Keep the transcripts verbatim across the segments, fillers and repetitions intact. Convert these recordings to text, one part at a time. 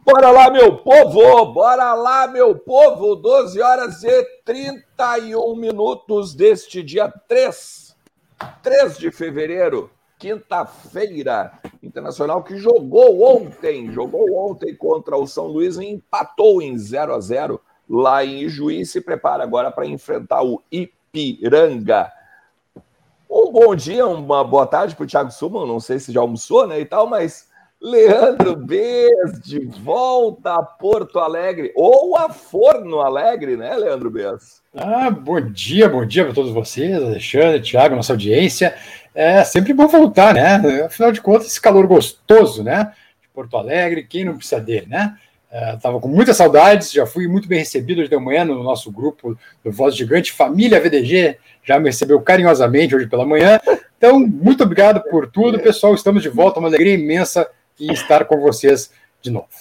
Bora lá, meu povo! Bora lá, meu povo! doze horas e trinta e um minutos deste dia três, três de fevereiro, quinta-feira. Internacional que jogou ontem, jogou ontem contra o São Luís e empatou em zero a zero lá em Ijuí e se prepara agora para enfrentar o Ipiranga. Um bom dia, uma boa tarde para o Thiago Suman, não sei se já almoçou, né, e tal, mas Leandro Bez, de volta a Porto Alegre, ou a Forno Alegre, né, Leandro Bez? Ah, bom dia, bom dia para todos vocês, Alexandre, Thiago, nossa audiência. É sempre bom voltar, né? Afinal de contas, esse calor gostoso, né? De Porto Alegre, quem não precisa dele, né? Estava com muitas saudades, já fui muito bem recebido hoje de manhã no nosso grupo do Voz Gigante, Família V D G, já me recebeu carinhosamente hoje pela manhã. Então, muito obrigado por tudo, pessoal. Estamos de volta, uma alegria imensa em estar com vocês de novo.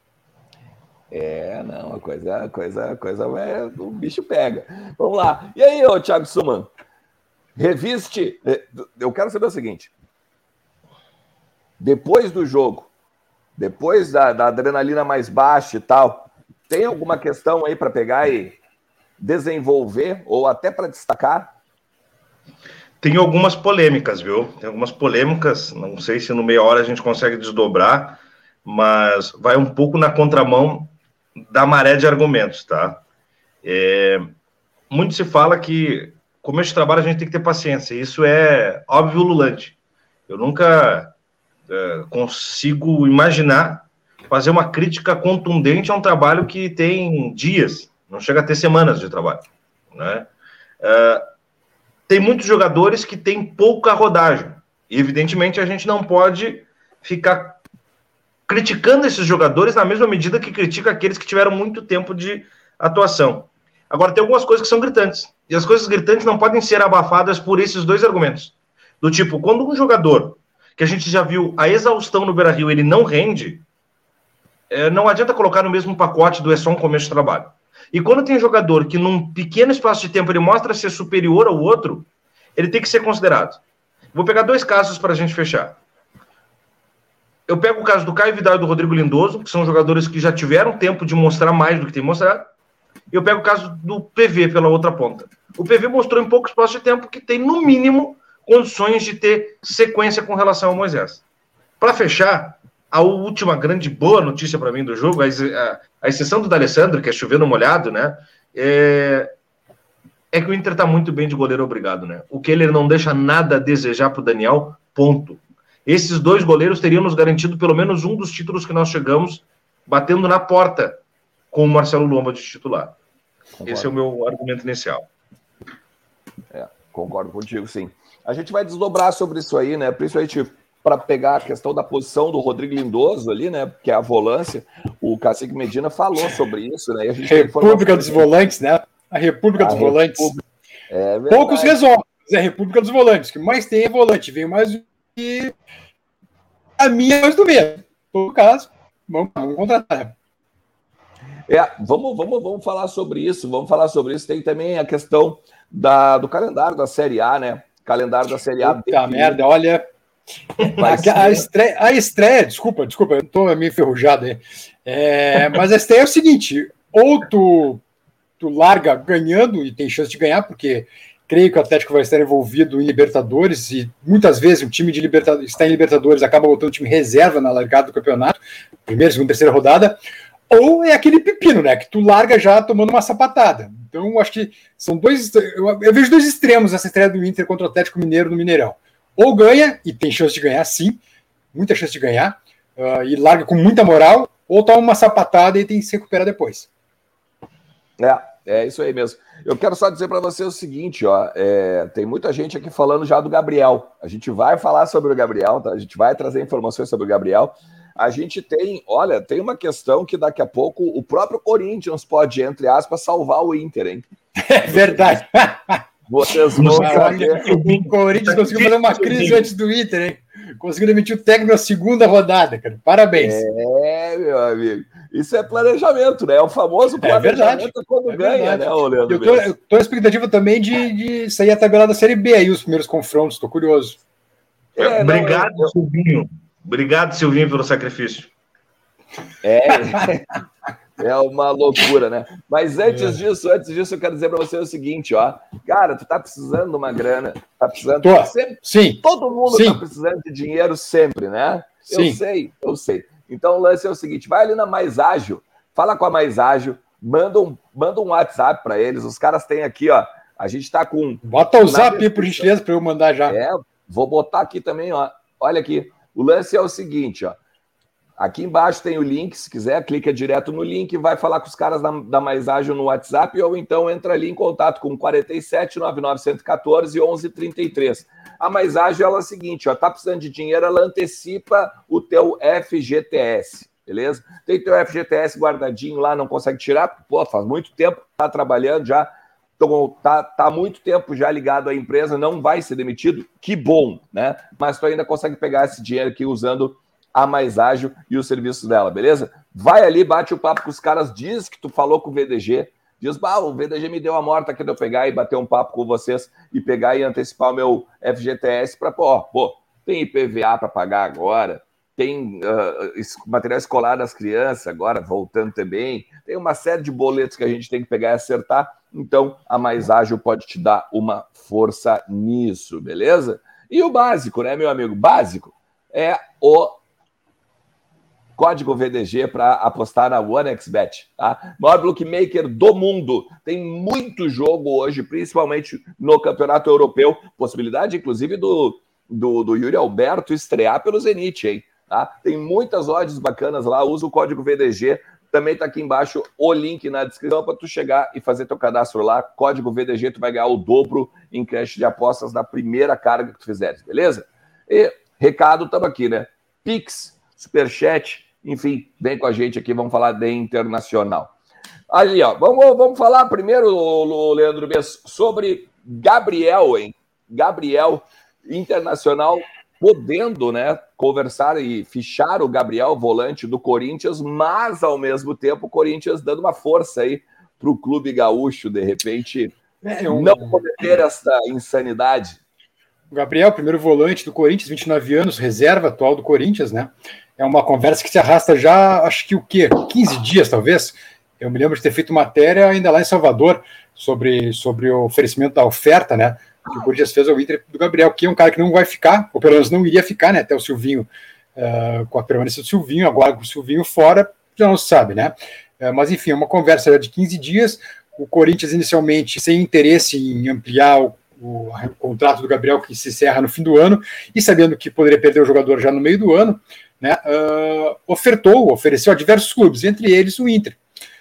É, não, a coisa, a coisa, a coisa é, o bicho pega. Vamos lá. E aí, ô Thiago Suman? Reviste. Eu quero saber o seguinte: depois do jogo, depois da, da adrenalina mais baixa e tal, tem alguma questão aí para pegar e desenvolver ou até para destacar? Tem algumas polêmicas, viu? Tem algumas polêmicas, não sei se no meia hora a gente consegue desdobrar, mas vai um pouco na contramão da maré de argumentos, tá? É, muito se fala que, começo de trabalho, a gente tem que ter paciência, isso é óbvio ululante. Eu nunca é, consigo imaginar fazer uma crítica contundente a um trabalho que tem dias, não chega a ter semanas de trabalho, né? É, tem muitos jogadores que têm pouca rodagem. E, evidentemente, a gente não pode ficar criticando esses jogadores na mesma medida que critica aqueles que tiveram muito tempo de atuação. Agora, tem algumas coisas que são gritantes. E as coisas gritantes não podem ser abafadas por esses dois argumentos. Do tipo, quando um jogador, que a gente já viu a exaustão no Beira-Rio, ele não rende, é, não adianta colocar no mesmo pacote do é só um começo de trabalho. E quando tem jogador que num pequeno espaço de tempo ele mostra ser superior ao outro, ele tem que ser considerado. Vou pegar dois casos para a gente fechar. Eu pego o caso do Caio Vidal e do Rodrigo Lindoso, que são jogadores que já tiveram tempo de mostrar mais do que tem mostrado. E eu pego o caso do P V pela outra ponta. O P V mostrou em pouco espaço de tempo que tem, no mínimo, condições de ter sequência com relação ao Moisés. Para fechar, a última grande boa notícia para mim do jogo, a, a, a exceção do D'Alessandro, que é chovendo molhado, né? É, é que o Inter está muito bem de goleiro obrigado, né? O Keller não deixa nada a desejar para o Daniel, ponto. Esses dois goleiros teriam nos garantido pelo menos um dos títulos que nós chegamos batendo na porta com o Marcelo Lomba de titular. Concordo. Esse é o meu argumento inicial. É, concordo contigo, sim. A gente vai desdobrar sobre isso aí, né? Principalmente para pegar a questão da posição do Rodrigo Lindoso ali, né? Que é a volância. O Cacique Medina falou sobre isso, né? E a gente República dos Volantes, né? A República a dos Volantes. República... É poucos resolvem, mas é a República dos Volantes. O que mais tem é volante. Veio mais do que a minha é mais do mesmo. No caso, vamos, vamos contratar. É, vamos, vamos, vamos falar sobre isso. Vamos falar sobre isso. Tem também a questão da, do calendário da Série A, né? Calendário da Série A. Puta merda, olha. A, a, estreia, a estreia, desculpa, desculpa, eu tô meio enferrujado aí. É, mas a estreia é o seguinte: ou tu, tu larga ganhando e tem chance de ganhar, porque creio que o Atlético vai estar envolvido em Libertadores e muitas vezes o time de Libertadores está em Libertadores, acaba botando o time reserva na largada do campeonato, primeira, segunda, terceira rodada, ou é aquele pepino, né? Que tu larga já tomando uma sapatada. Então, acho que são dois. Eu, eu vejo dois extremos nessa estreia do Inter contra o Atlético Mineiro no Mineirão. Ou ganha, e tem chance de ganhar, sim, muita chance de ganhar, uh, e larga com muita moral, ou toma uma sapatada e tem que se recuperar depois. É, é isso aí mesmo. Eu quero só dizer para você o seguinte, ó, é, tem muita gente aqui falando já do Gabriel. A gente vai falar sobre o Gabriel, tá? A gente vai trazer informações sobre o Gabriel. A gente tem, olha, tem uma questão que daqui a pouco o próprio Corinthians pode, entre aspas, salvar o Inter, hein? É verdade. Vocês vão saber. O Corinthians conseguiu fazer uma crise antes do Inter, hein? Conseguiu demitir o técnico na segunda rodada, cara. Parabéns. É, meu amigo. Isso é planejamento, né? É o famoso planejamento é quando é ganha, né, Leandro? Eu tô, eu tô na expectativa também de, de sair a tabela da Série B aí, os primeiros confrontos. Tô curioso. É, Obrigado, não, eu... Silvinho. Obrigado, Silvinho, pelo sacrifício. É, é uma loucura, né? Mas antes disso, antes disso, eu quero dizer para você o seguinte, ó. Cara, tu tá precisando de uma grana, tá precisando... Tô. Sempre, Sim. Todo mundo Sim. tá precisando de dinheiro sempre, né? Sim. Eu sei, eu sei. Então o lance é o seguinte, vai ali na Mais Ágil, fala com a Mais Ágil, manda um, manda um WhatsApp para eles, os caras têm aqui, ó, a gente tá com... Bota o zap aí, por gentileza, para eu mandar já. É, vou botar aqui também, ó. Olha aqui, o lance é o seguinte, ó. Aqui embaixo tem o link, se quiser, clica direto no link, vai falar com os caras da, da Mais Ágil no WhatsApp, ou então entra ali em contato com quarenta e sete, nove nove um quatro, onze trinta e três. A Mais Ágil, ela é o seguinte, ó, tá precisando de dinheiro, ela antecipa o teu F G T S, beleza? Tem teu F G T S guardadinho lá, não consegue tirar, pô, faz muito tempo, tá trabalhando já, então, tá, tá muito tempo já ligado à empresa, não vai ser demitido, que bom, né? Mas tu ainda consegue pegar esse dinheiro aqui usando a Mais Ágil e os serviços dela, beleza? Vai ali, bate o papo com os caras, diz que tu falou com o V D G, diz, bah, o V D G me deu a morta aqui de eu pegar e bater um papo com vocês e pegar e antecipar o meu F G T S para, pô, pô, tem I P V A para pagar agora, tem uh, material escolar das crianças agora, voltando também, tem uma série de boletos que a gente tem que pegar e acertar, então a Mais Ágil pode te dar uma força nisso, beleza? E o básico, né, meu amigo? Básico é o código V D G para apostar na OneXBet, tá? Maior bookmaker do mundo. Tem muito jogo hoje, principalmente no Campeonato Europeu. Possibilidade, inclusive, do, do, do Yuri Alberto estrear pelo Zenit, hein? Tá? Tem muitas odds bacanas lá. Usa o código V D G. Também tá aqui embaixo o link na descrição para tu chegar e fazer teu cadastro lá. Código V D G, tu vai ganhar o dobro em cash de apostas na primeira carga que tu fizeres, beleza? E recado, estamos aqui, né? Pix, Superchat, enfim, vem com a gente aqui, vamos falar de internacional. Ali, ó, vamos, vamos falar primeiro, Leandro Bess, sobre Gabriel, hein? Gabriel, internacional, podendo, né, conversar e fichar o Gabriel, volante do Corinthians, mas, ao mesmo tempo, o Corinthians dando uma força aí para o clube gaúcho, de repente, é um... não cometer essa insanidade. O Gabriel, primeiro volante do Corinthians, vinte e nove anos, reserva atual do Corinthians, né? É uma conversa que se arrasta já, acho que o quê? quinze dias, talvez. Eu me lembro de ter feito matéria ainda lá em Salvador sobre, sobre o oferecimento da oferta, né? Que o Corinthians fez ao Inter do Gabriel, que é um cara que não vai ficar, ou pelo menos não iria ficar, né? Até o Silvinho, uh, com a permanência do Silvinho, agora com o Silvinho fora, já não se sabe, né? Uh, mas enfim, uma conversa de quinze dias. O Corinthians, inicialmente, sem interesse em ampliar o O, o contrato do Gabriel, que se encerra no fim do ano, e sabendo que poderia perder o jogador já no meio do ano, né, uh, ofertou, ofereceu a diversos clubes, entre eles o Inter,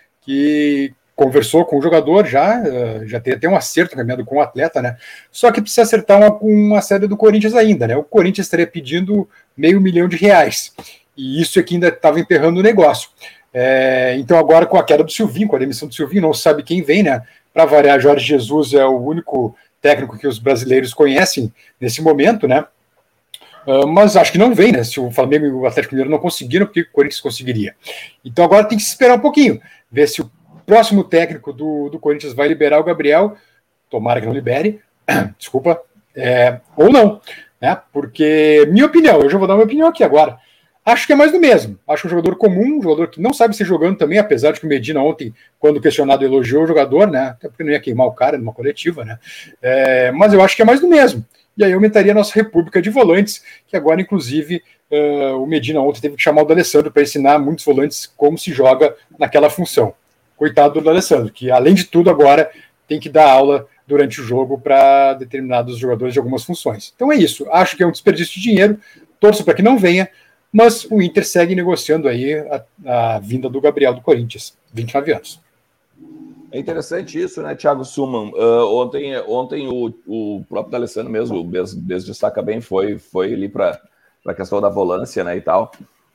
que conversou com o jogador, já, uh, já tem até um acerto caminhado com o atleta, né, só que precisa acertar uma, uma série do Corinthians ainda, né, o Corinthians estaria pedindo meio milhão de reais, e isso aqui ainda estava emperrando o negócio. É, então agora com a queda do Silvinho, com a demissão do Silvinho, não se sabe quem vem, né, para variar, Jorge Jesus é o único técnico que os brasileiros conhecem nesse momento, né? Uh, mas acho que não vem, né? Se o Flamengo e o Atlético Mineiro não conseguiram, porque o Corinthians conseguiria. Então agora tem que se esperar um pouquinho, ver se o próximo técnico do, do Corinthians vai liberar o Gabriel, tomara que não libere, desculpa, é, ou não, né? Porque, minha opinião, eu já vou dar minha opinião aqui agora, acho que é mais do mesmo. Acho um jogador comum, um jogador que não sabe se jogando também, apesar de que o Medina ontem, quando questionado, elogiou o jogador, né? Até porque não ia queimar o cara numa coletiva, né? É, mas eu acho que é mais do mesmo. E aí aumentaria a nossa república de volantes, que agora, inclusive, uh, o Medina ontem teve que chamar o D'Alessandro para ensinar muitos volantes como se joga naquela função. Coitado do D'Alessandro, que além de tudo agora tem que dar aula durante o jogo para determinados jogadores de algumas funções. Então é isso. Acho que é um desperdício de dinheiro, torço para que não venha, mas o Inter segue negociando aí a, a vinda do Gabriel do Corinthians, vinte e nove anos. É interessante isso, né, Thiago Suman? Uh, ontem ontem o, o próprio D'Alessandro mesmo, o Bez destaca bem, foi, foi ali para a questão da volância, né, e tal.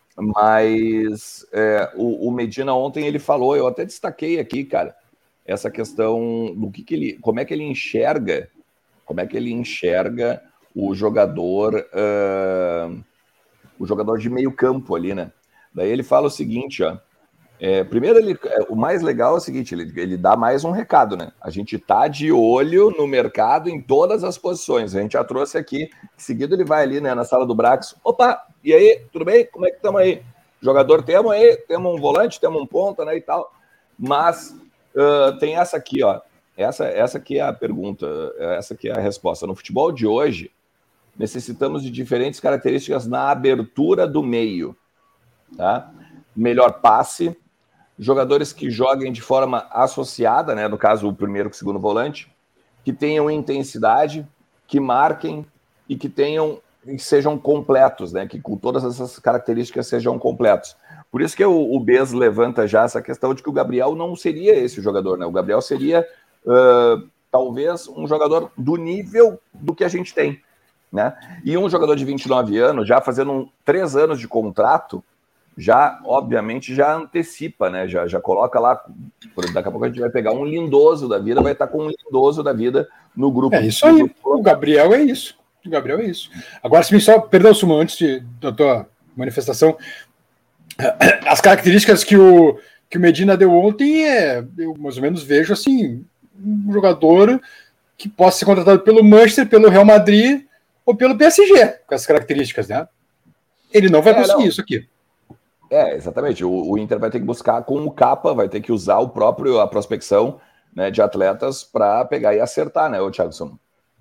Mas é, o, o Medina ontem ele falou, eu até destaquei aqui, cara, essa questão do que, que ele, como é que ele enxerga, como é que ele enxerga o jogador, uh, o jogador de meio campo ali, né? Daí ele fala o seguinte, ó. É, primeiro, ele, é, o mais legal é o seguinte, ele, ele dá mais um recado, né? A gente tá de olho no mercado em todas as posições. A gente já trouxe aqui, em seguida ele vai ali, né, na sala do Brax. Opa, e aí, tudo bem? Como é que estamos aí? Jogador temos aí, temos um volante, temos um ponta, né, e tal. Mas uh, tem essa aqui, ó. Essa, essa aqui é a pergunta, essa aqui é a resposta. No futebol de hoje, necessitamos de diferentes características na abertura do meio, tá? Melhor passe, jogadores que joguem de forma associada, né? No caso, o primeiro com o segundo volante, que tenham intensidade, que marquem e que tenham e sejam completos, né? Que com todas essas características sejam completos. Por isso que o, o Bez levanta já essa questão de que o Gabriel não seria esse jogador, né? O Gabriel seria uh, talvez um jogador do nível do que a gente tem, né? E um jogador de vinte e nove anos, já fazendo um, três anos de contrato, já, obviamente, já antecipa, né? Já, já coloca lá, daqui a pouco a gente vai pegar um Lindoso da vida, vai estar com um Lindoso da vida no grupo. É isso aí, o Gabriel é isso. O Gabriel é isso. Agora, se me só, perdão, Suma, antes de, da tua manifestação, as características que o, que o Medina deu ontem, é, eu mais ou menos vejo assim, um jogador que possa ser contratado pelo Manchester, pelo Real Madrid ou pelo P S G, com essas características, né? Ele não vai é, conseguir não. isso aqui. É, exatamente. O, o Inter vai ter que buscar com o capa, vai ter que usar o próprio, a prospecção, né, de atletas para pegar e acertar, né, o Thiago?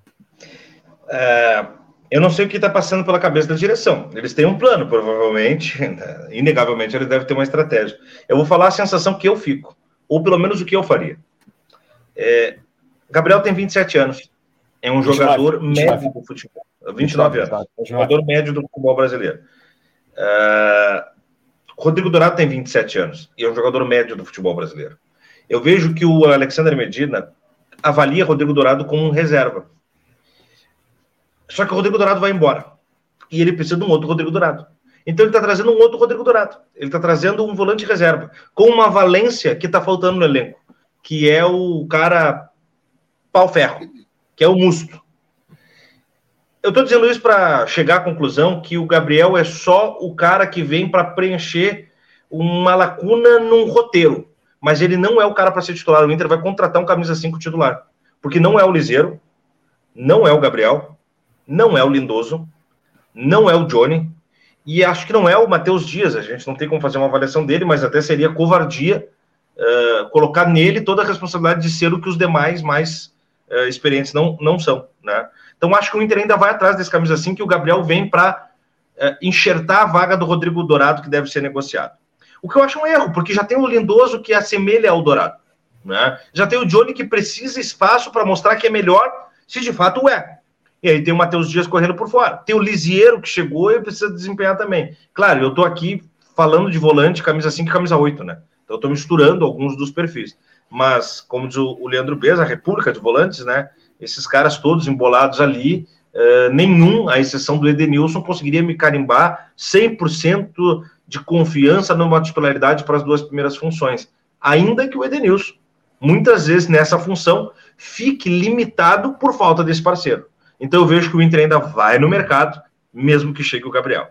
É, eu não sei o que está passando pela cabeça da direção. Eles têm um plano, provavelmente, inegavelmente ele deve ter uma estratégia. Eu vou falar a sensação que eu fico, ou pelo menos o que eu faria. É, Gabriel tem vinte e sete anos, é um vinte e nove, jogador vinte e nove. Médio do futebol, vinte e nove anos, é um jogador médio do futebol brasileiro. É, Rodrigo Dourado tem vinte e sete anos e é um jogador médio do futebol brasileiro. Eu vejo que o Alexandre Medina avalia Rodrigo Dourado como um reserva. Só que o Rodrigo Dourado vai embora. E ele precisa de um outro Rodrigo Dourado. Então ele está trazendo um outro Rodrigo Dourado. Ele está trazendo um volante reserva, com uma valência que está faltando no elenco, que é o cara pau-ferro, que é o músculo. Eu estou dizendo isso para chegar à conclusão que o Gabriel é só o cara que vem para preencher uma lacuna num roteiro. Mas ele não é o cara para ser titular. O Inter vai contratar um camisa cinco titular. Porque não é o Liseiro, não é o Gabriel, não é o Lindoso, não é o Johnny, e acho que não é o Matheus Dias. A gente não tem como fazer uma avaliação dele, mas até seria covardia uh, colocar nele toda a responsabilidade de ser o que os demais mais uh, experientes não, não são, né? Então acho que o Inter ainda vai atrás desse camisa cinco que o Gabriel vem para uh, enxertar a vaga do Rodrigo Dourado que deve ser negociado. O que eu acho um erro, porque já tem o Lindoso que assemelha ao Dourado, né? Já tem o Johnny que precisa espaço para mostrar que é melhor, se de fato é. E aí tem o Matheus Dias correndo por fora. Tem o Lisiero que chegou e precisa desempenhar também. Claro, eu estou aqui falando de volante, camisa cinco e camisa oito, né? Então eu estou misturando alguns dos perfis. Mas, como diz o Leandro Bez, a república de volantes, né? Esses caras todos embolados ali, uh, nenhum, à exceção do Edenilson, conseguiria me carimbar cem por cento de confiança numa titularidade para as duas primeiras funções. Ainda que o Edenilson, muitas vezes nessa função, fique limitado por falta desse parceiro. Então eu vejo que o Inter ainda vai no mercado, mesmo que chegue o Gabriel.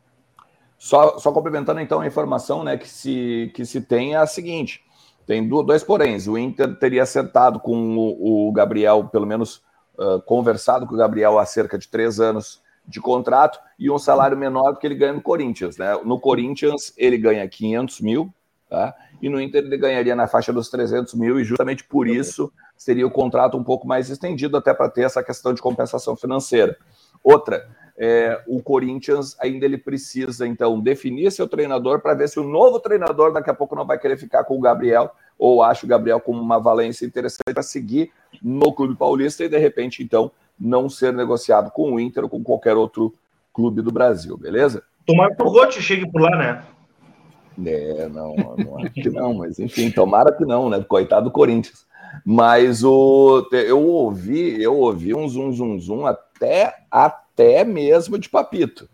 Só, só complementando então a informação, né, que se, que se tem é a seguinte, tem dois poréns. O Inter teria acertado com o, o Gabriel, pelo menos uh, conversado com o Gabriel há cerca de três anos de contrato e um salário menor do que ele ganha no Corinthians, né? No Corinthians ele ganha quinhentos mil, tá? E no Inter ele ganharia na faixa dos trezentos mil e justamente por isso seria o contrato um pouco mais estendido, até para ter essa questão de compensação financeira. Outra, é, o Corinthians ainda ele precisa, então, definir seu treinador para ver se o novo treinador daqui a pouco não vai querer ficar com o Gabriel, ou acha o Gabriel como uma valência interessante para seguir no Clube Paulista e, de repente, então, não ser negociado com o Inter ou com qualquer outro clube do Brasil, beleza? Tomara que o Rote chegue por lá, né? É, não, não acho que não, mas enfim, tomara que não, né? Coitado do Corinthians. Mas o, eu ouvi, eu ouvi um zum, zum, zum até, até mesmo de Papito.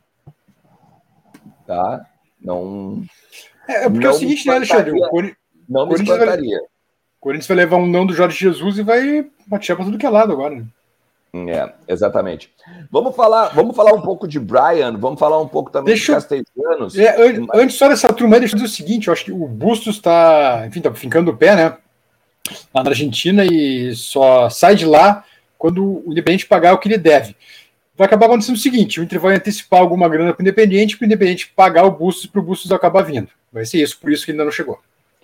Tá? Não. É, é porque é o seguinte, né, Alexandre? O Cori... Não me espantaria. O Corinthians vai levar um não do Jorge Jesus e vai bater para tudo que é lado agora, né? É, exatamente. Vamos falar, vamos falar um pouco de Brian, vamos falar um pouco também deixa de Castellanos. É, antes, antes só dessa turma, deixa eu dizer o seguinte, eu acho que o Bustos está, enfim, tá fincando o pé, né? Lá na Argentina e só sai de lá quando o Independente pagar o que ele deve. vai acabar acontecendo o seguinte, o Inter vai antecipar alguma grana para o Independente, para o Independente pagar o Bustos para o Bustos acabar vindo. Vai ser isso, por isso que ainda não chegou.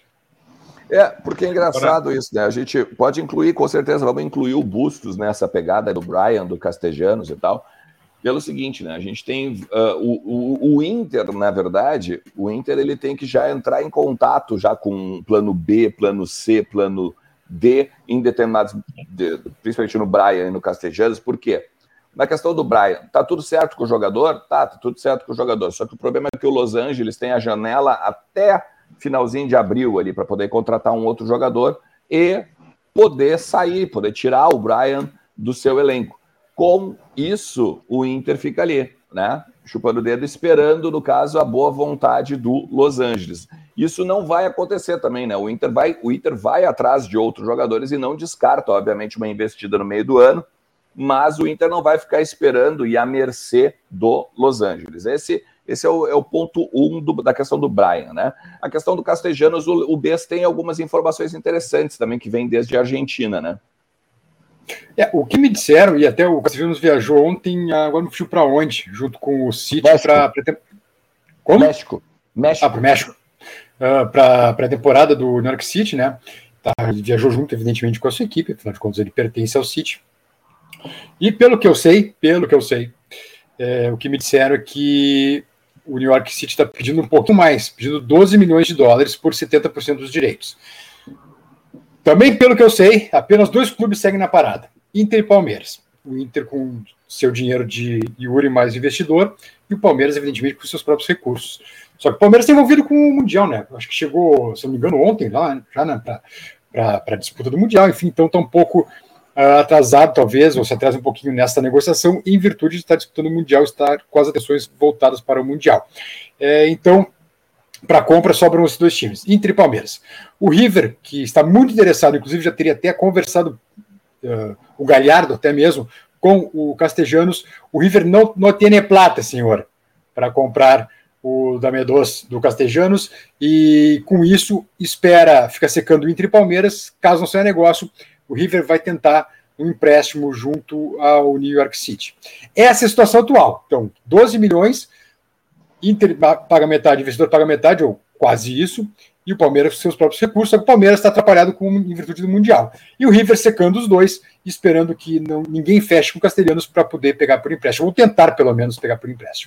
É, porque é engraçado isso, né? A gente pode incluir, com certeza, vamos incluir o Bustos nessa pegada do Brian, do Castejanos e tal, pelo seguinte, né? A gente tem uh, o, o, o Inter, na verdade, o Inter ele tem que já entrar em contato já com plano B, plano C, plano D, em determinados, de, principalmente no Brian e no Castejanos. Por quê? Na questão do Brian, tá tudo certo com o jogador? Tá, tá tudo certo com o jogador. Só que o problema é que o Los Angeles tem a janela até finalzinho de abril ali para poder contratar um outro jogador e poder sair, poder tirar o Brian do seu elenco. Com isso, o Inter fica ali, né? Chupando o dedo, esperando, no caso, a boa vontade do Los Angeles. Isso não vai acontecer também, né? O Inter vai, o Inter vai atrás de outros jogadores e não descarta, obviamente, uma investida no meio do ano, mas o Inter não vai ficar esperando e à mercê do Los Angeles. Esse, esse é, o, é o ponto um do, da questão do Brian, né? A questão do Castejanos, o, o B E S tem algumas informações interessantes também, que vêm desde a Argentina, né? É, o que me disseram, e até o Castejanos viajou ontem, agora não fugiu para onde? Junto com o City para... Como? México. México. Ah, para o México. Uh, para a temporada do New York City, né? Tá, ele viajou junto, evidentemente, com a sua equipe, afinal de contas ele pertence ao City. E pelo que eu sei, pelo que eu sei, é, o que me disseram é que o New York City está pedindo um pouco mais, pedindo doze milhões de dólares por setenta por cento dos direitos. Também, pelo que eu sei, apenas dois clubes seguem na parada, Inter e Palmeiras. O Inter com seu dinheiro de Yuri mais investidor, e o Palmeiras, evidentemente, com seus próprios recursos. Só que o Palmeiras está envolvido com o Mundial, né? Acho que chegou, se não me engano, ontem, lá, já né, para a disputa do Mundial, enfim, então está um pouco Uh, atrasado, talvez, ou se atrasa um pouquinho nessa negociação, em virtude de estar disputando o Mundial, estar com as atenções voltadas para o Mundial. É, então, para a compra, sobram esses dois times, Inter e Palmeiras. O River, que está muito interessado, inclusive já teria até conversado, uh, o Galhardo até mesmo, com o Castejanos, o River não, não tem plata, senhor, para comprar o Damedos do Castejanos, e com isso espera, fica secando o Inter e Palmeiras, caso não saia negócio, o River vai tentar um empréstimo junto ao New York City. Essa é a situação atual. Então, doze milhões, Inter paga metade, investidor paga metade, ou quase isso, e o Palmeiras com seus próprios recursos, só que o Palmeiras está atrapalhado com, em virtude do Mundial. E o River secando os dois, esperando que não, ninguém feche com o Castelhanos para poder pegar por empréstimo, ou tentar, pelo menos, pegar por empréstimo.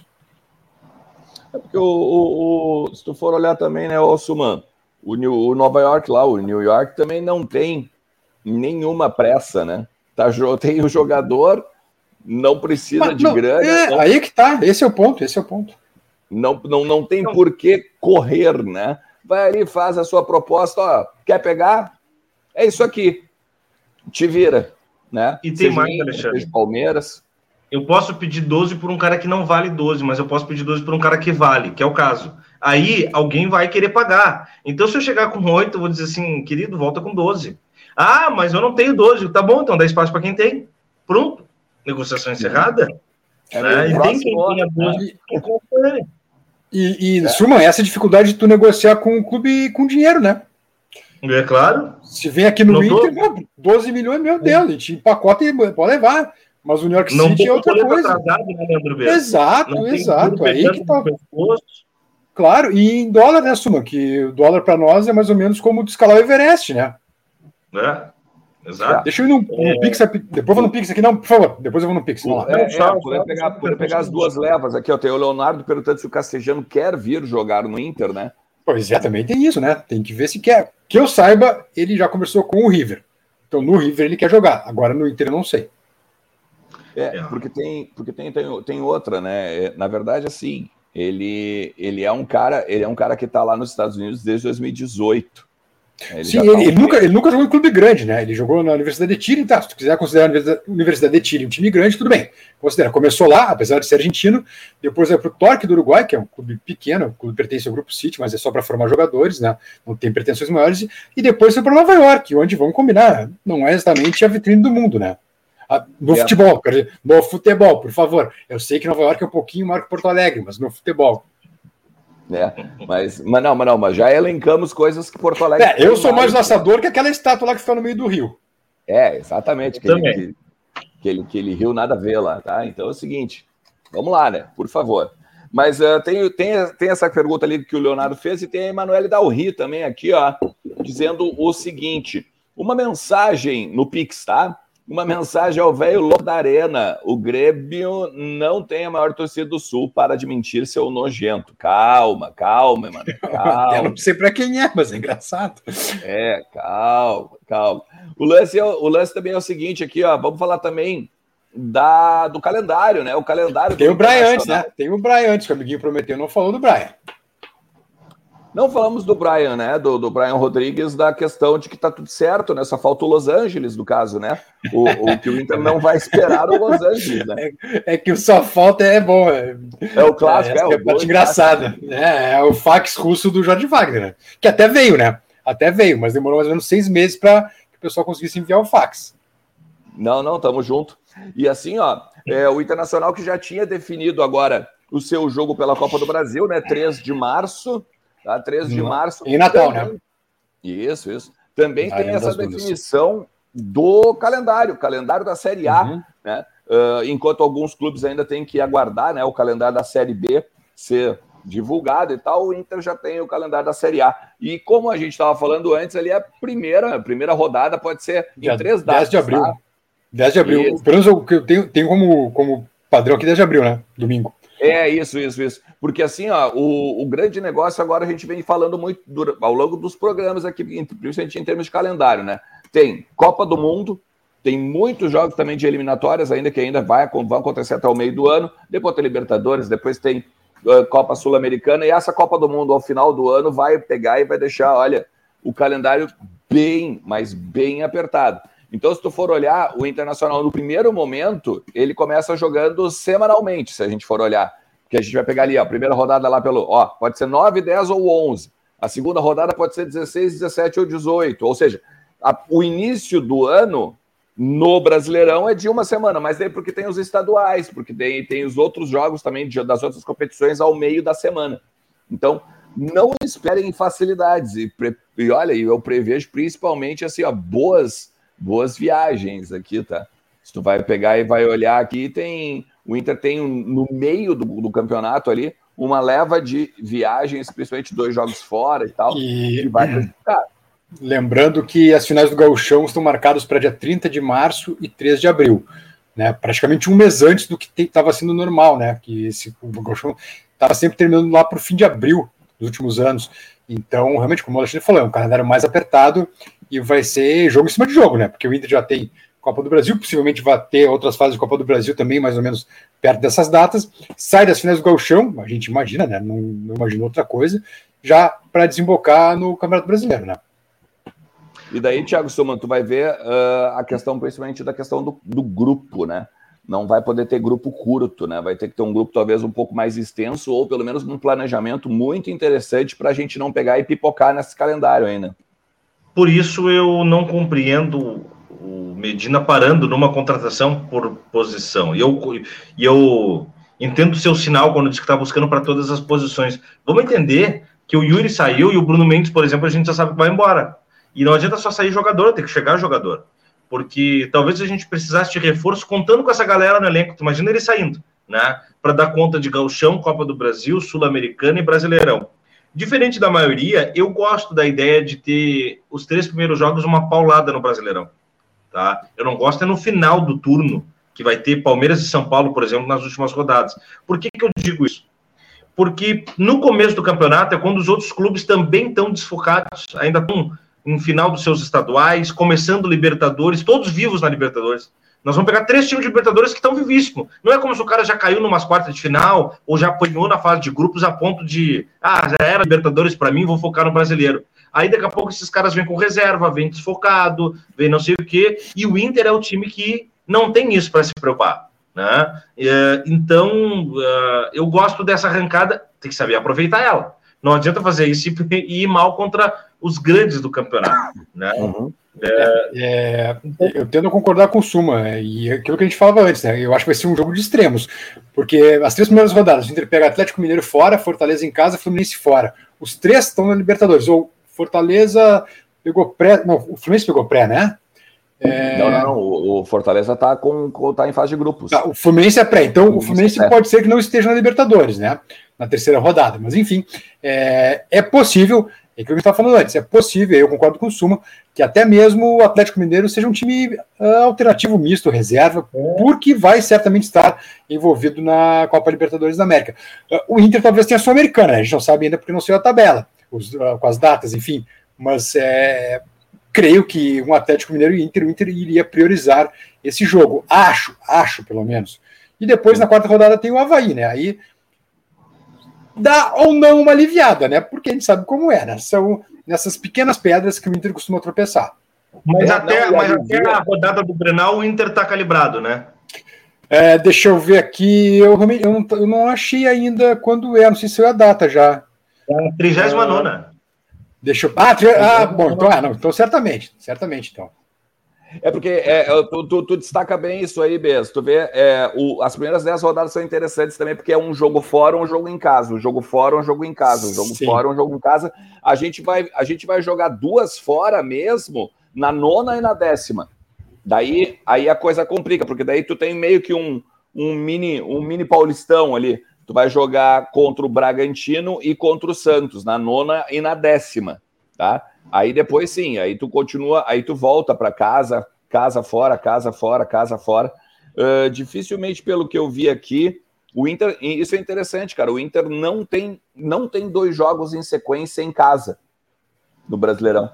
É porque, o, o, o, se tu for olhar também, né, o Suman, o, o Nova York lá, o New York também não tem nenhuma pressa, né? Tá, tem o jogador, não precisa Mas, de não, grana. É, não, aí que tá, esse é o ponto, esse é o ponto. Não, não, não tem não. por que correr, né? Vai ali, faz a sua proposta, ó, quer pegar? É isso aqui. Te vira, né? E tem seja mais, Alexandre. Seja Palmeiras. Eu posso pedir doze por um cara que não vale doze, mas eu posso pedir doze por um cara que vale, que é o caso. Aí alguém vai querer pagar. Então, se eu chegar com oito, eu vou dizer assim, querido, volta com doze. Ah, mas eu não tenho doze. Tá bom, então dá espaço para quem tem. Pronto. Negociação encerrada. É é, e tem quem tenha doze. Né? E, e é. Suma, essa dificuldade de tu negociar com o clube com dinheiro, né? É claro. Se vem aqui no não Inter, tô... doze milhões, meu Deus, a gente empacota e pode levar. Mas o New York não City é outra coisa. Atrasado, né, exato, não exato. Aí que tá. Claro, e em dólar, né, Suma? Que o dólar para nós é mais ou menos como escalar o Everest, né? É, exato. Deixa eu ir no, no é... Pix, depois eu vou no Pix aqui, não, por favor, depois eu vou no Pix. Vamos lá. É, é, é, poder pegar, poder pegar as duas levas aqui, ó, tem o Leonardo perguntando se o Castejano quer vir jogar no Inter, né? Pois é, também tem isso, né? Tem que ver se quer. Que eu saiba, ele já conversou com o River. Então no River ele quer jogar, agora no Inter eu não sei. É, porque tem, porque tem, tem, tem outra, né? Na verdade, assim, ele, ele é um cara, ele é um cara que está lá nos Estados Unidos desde dois mil e dezoito. Ele Sim, ele, tá ele, nunca, ele nunca jogou em clube grande, né? Ele jogou na Universidade de Chile, tá? Se tu quiser considerar a Universidade de Chile um time grande, tudo bem. Considera. Começou lá, apesar de ser argentino, depois vai para o Torque do Uruguai, que é um clube pequeno, o clube pertence ao Grupo City, mas é só para formar jogadores, né? Não tem pretensões maiores. E depois foi para Nova York, onde, vamos combinar, não é exatamente a vitrine do mundo, né? No é. futebol, quer dizer, no futebol, por favor. Eu sei que Nova York é um pouquinho maior que Porto Alegre, mas no futebol. É, mas, mas não, mas não, mas já elencamos coisas que Porto Alegre. É, eu sou mais laçador que aquela estátua lá que fica no meio do rio. É, exatamente. Que, que, que ele, que ele riu nada a ver lá, tá? Então é o seguinte, vamos lá, né? Por favor. Mas uh, tem, tem, tem essa pergunta ali que o Leonardo fez e tem a Emanuele Dalri também aqui, ó, dizendo o seguinte, uma mensagem no Pix, tá? Uma mensagem ao velho louco da arena. O Grêmio não tem a maior torcida do Sul, para de mentir, seu nojento. Calma, calma, mano. Calma. Eu não sei para quem é, mas é engraçado. É, calma, calma. O lance, é, o lance também é o seguinte aqui, ó. Vamos falar também da, do calendário, né? O calendário. Tem o Brian antes, né? Tem o Brian antes, que o amiguinho prometeu, não falou do Brian. Não falamos do Brian, né? Do, do Brian Rodrigues, da questão de que tá tudo certo, né? Só falta o Los Angeles, no caso, né? O, o que o Inter não vai esperar o Los Angeles, né? É, é que o só falta é bom. É, é o clássico, é, é, é o parte engraçada. É, é o fax russo do Jorge Wagner, né? Que até veio, né? Até veio, mas demorou mais ou menos seis meses para que o pessoal conseguisse enviar o fax. Não, não, tamo junto. E assim, ó, é, o Internacional que já tinha definido agora o seu jogo pela Copa do Brasil, né? três de março. Tá? treze de março. Em Natal, também, né? Isso, isso. Também ah, tem essa definição do calendário, calendário da Série A, uhum. né? Uh, enquanto alguns clubes ainda têm que aguardar, né, o calendário da Série B ser divulgado e tal, o Inter já tem o calendário da Série A. E como a gente estava falando antes, ali a primeira, a primeira rodada pode ser em já, três datas. dez de abril. Tá? dez de abril. Isso. Pelo menos o que eu tenho, tenho como, como padrão aqui, dez de abril, né? Domingo. É, isso, isso, isso. Porque assim, ó, o, o grande negócio agora a gente vem falando muito do, ao longo dos programas aqui, principalmente em termos de calendário, né? Tem Copa do Mundo, tem muitos jogos também de eliminatórias ainda, que ainda vai, vão acontecer até o meio do ano, depois tem Libertadores, depois tem uh, Copa Sul-Americana, e essa Copa do Mundo ao final do ano vai pegar e vai deixar, olha, o calendário bem, mas bem apertado. Então, se tu for olhar, o Internacional, no primeiro momento, ele começa jogando semanalmente, se a gente for olhar. Porque a gente vai pegar ali, ó, a primeira rodada lá pelo... Ó, pode ser nove, dez ou onze. A segunda rodada pode ser dezesseis, dezessete ou dezoito. Ou seja, a, o início do ano no Brasileirão é de uma semana, mas daí porque tem os estaduais, porque tem, tem os outros jogos também de, das outras competições ao meio da semana. Então, não esperem facilidades. E, e olha, eu prevejo principalmente assim, ó, boas... boas viagens aqui, tá? Se tu vai pegar e vai olhar aqui, tem o Inter tem no meio do, do campeonato ali uma leva de viagens, principalmente dois jogos fora e tal, e que vai prejudicar. Lembrando que as finais do Gauchão estão marcadas para dia trinta de março e três de abril, né? Praticamente um mês antes do que estava sendo normal, né? Que esse, o Gauchão estava sempre terminando lá para o fim de abril dos últimos anos. Então, realmente, como o Alexandre falou, é um calendário mais apertado e vai ser jogo em cima de jogo, né? Porque o Inter já tem Copa do Brasil, possivelmente vai ter outras fases de Copa do Brasil também, mais ou menos perto dessas datas. Sai das finais do Gauchão, a gente imagina, né? Não, não imagina outra coisa, já para desembocar no Campeonato Brasileiro, né? E daí, Thiago Suman, tu vai ver uh, a questão, principalmente da questão do, do grupo, né? Não vai poder ter grupo curto, né? Vai ter que ter um grupo talvez um pouco mais extenso ou pelo menos um planejamento muito interessante para a gente não pegar e pipocar nesse calendário ainda. Por isso eu não compreendo o Medina parando numa contratação por posição. E eu, e eu entendo o seu sinal quando diz que está buscando para todas as posições. Vamos entender que o Yuri saiu e o Bruno Mendes, por exemplo, a gente já sabe que vai embora. E não adianta só sair jogador, tem que chegar jogador. Porque talvez a gente precisasse de reforço contando com essa galera no elenco. Tu imagina ele saindo, né? Para dar conta de Gauchão, Copa do Brasil, Sul-Americana e Brasileirão. Diferente da maioria, eu gosto da ideia de ter os três primeiros jogos uma paulada no Brasileirão. Tá? Eu não gosto é no final do turno, que vai ter Palmeiras e São Paulo, por exemplo, nas últimas rodadas. Por que, que eu digo isso? Porque no começo do campeonato é quando os outros clubes também estão desfocados, ainda estão no final dos seus estaduais, começando Libertadores, todos vivos na Libertadores. Nós vamos pegar três times de Libertadores que estão vivíssimos. Não é como se o cara já caiu numas quartas de final ou já apanhou na fase de grupos a ponto de, ah, já era Libertadores para mim, vou focar no Brasileiro. Aí daqui a pouco esses caras vêm com reserva, vêm desfocado, vêm não sei o quê, e o Inter é o time que não tem isso para se preocupar, né? Então, eu gosto dessa arrancada, tem que saber aproveitar ela. Não adianta fazer isso e ir mal contra os grandes do campeonato, né? Uhum. É, é, eu tendo a concordar com o Suma, e aquilo que a gente falava antes, né? Eu acho que vai ser um jogo de extremos, porque as três primeiras rodadas, o Inter pega Atlético Mineiro fora, Fortaleza em casa, Fluminense fora. Os três estão na Libertadores, ou Fortaleza pegou pré, não, o Fluminense pegou pré, né? É... Não, não, não. O, o Fortaleza está com, com, tá em fase de grupos. Ah, o Fluminense é pré, então o Fluminense é pode ser que não esteja na Libertadores, né? Na terceira rodada, mas enfim, é, é possível, é aquilo que eu estava falando antes, é possível, eu concordo com o Suma, que até mesmo o Atlético Mineiro seja um time uh, alternativo misto, reserva, porque vai certamente estar envolvido na Copa Libertadores da América. Uh, o Inter talvez tenha a Sul-Americana, a gente não sabe ainda porque não saiu a tabela, os, uh, com as datas, enfim, mas é, creio que um Atlético Mineiro e Inter, o Inter iria priorizar esse jogo, acho, acho pelo menos. E depois, na quarta rodada, tem o Avaí, né? Aí dá ou não uma aliviada, né? Porque a gente sabe como é, né? São nessas pequenas pedras que o Inter costuma tropeçar. Mas, é, até, não, mas até a rodada do Grenal, o Inter tá calibrado, né? É, deixa eu ver aqui, eu, eu, não, eu não achei ainda quando é, não sei se é a data já. É a trigésima nona. Deixa eu... Ah, tri... ah bom, então, ah, não, então certamente, certamente, então. É porque é, tu, tu, tu destaca bem isso aí, Bez. Tu vê, é, o, as primeiras dez rodadas são interessantes também, porque é um jogo fora, um jogo em casa. Um jogo fora, um jogo em casa. Um jogo Sim. fora, um jogo em casa. A gente, vai, a gente vai jogar duas fora mesmo, na nona e na décima. Daí aí a coisa complica, porque daí tu tem meio que um, um, mini, um mini paulistão ali. Tu vai jogar contra o Bragantino e contra o Santos, na nona e na décima, tá? Aí depois sim, aí tu continua, aí tu volta para casa, casa fora, casa fora, casa fora. Uh, dificilmente, pelo que eu vi aqui, o Inter, isso é interessante, cara, o Inter não tem, não tem dois jogos em sequência em casa no Brasileirão.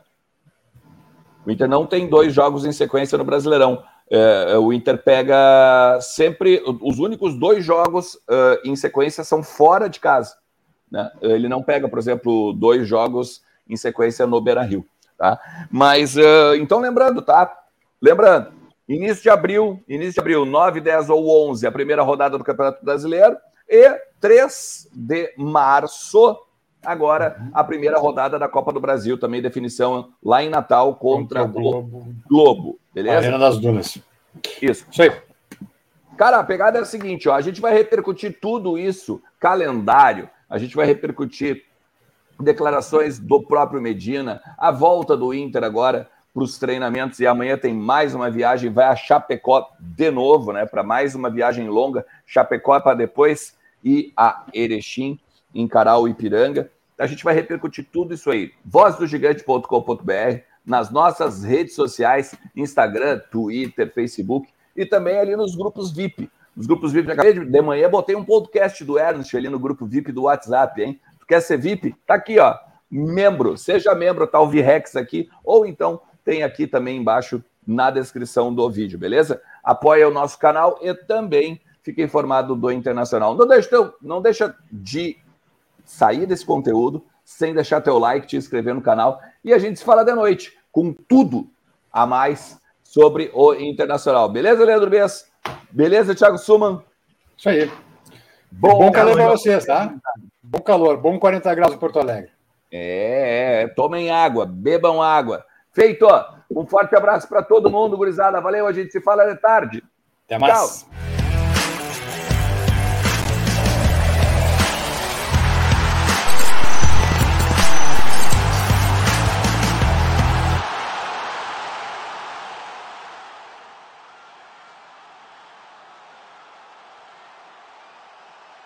O Inter não tem dois jogos em sequência no Brasileirão. Uh, o Inter pega sempre, os únicos dois jogos uh, em sequência são fora de casa, né? Ele não pega, por exemplo, dois jogos em sequência no Beira-Rio, tá? Mas, uh, então lembrando, tá? Lembrando, início de abril, início de abril, nove, dez ou onze, a primeira rodada do Campeonato Brasileiro, e três de março, agora, a primeira rodada da Copa do Brasil, também definição lá em Natal contra, contra o Globo. Globo, beleza? Arena das Dunas. Isso. Isso aí. Cara, a pegada é a seguinte, ó, a gente vai repercutir tudo isso, calendário, a gente vai repercutir declarações do próprio Medina, a volta do Inter agora para os treinamentos, e amanhã tem mais uma viagem, vai a Chapecó de novo, né, para mais uma viagem longa, Chapecó para depois ir a Erechim, encarar o Ipiranga. A gente vai repercutir tudo isso aí, voz do gigante ponto com ponto b r, nas nossas redes sociais, Instagram, Twitter, Facebook, e também ali nos grupos V I P. Nos grupos V I P, acabei de, de manhã, botei um podcast do Ernst ali no grupo V I P do WhatsApp, hein? Quer ser V I P? Tá aqui, ó, membro, seja membro, tá o Virex aqui, ou então tem aqui também embaixo na descrição do vídeo, beleza? Apoia o nosso canal e também fica informado do Internacional. Não deixa, não deixa de sair desse conteúdo sem deixar teu like, te inscrever no canal, e a gente se fala de noite, com tudo a mais sobre o Internacional. Beleza, Leandro Bess? Beleza, Thiago Suman? Isso aí. Bom, bom calor para vocês, tá? Bom calor, bom quarenta graus em Porto Alegre. É, é, tomem água, bebam água. Feito, um forte abraço para todo mundo, gurizada. Valeu, a gente se fala de tarde. Até mais. Tchau.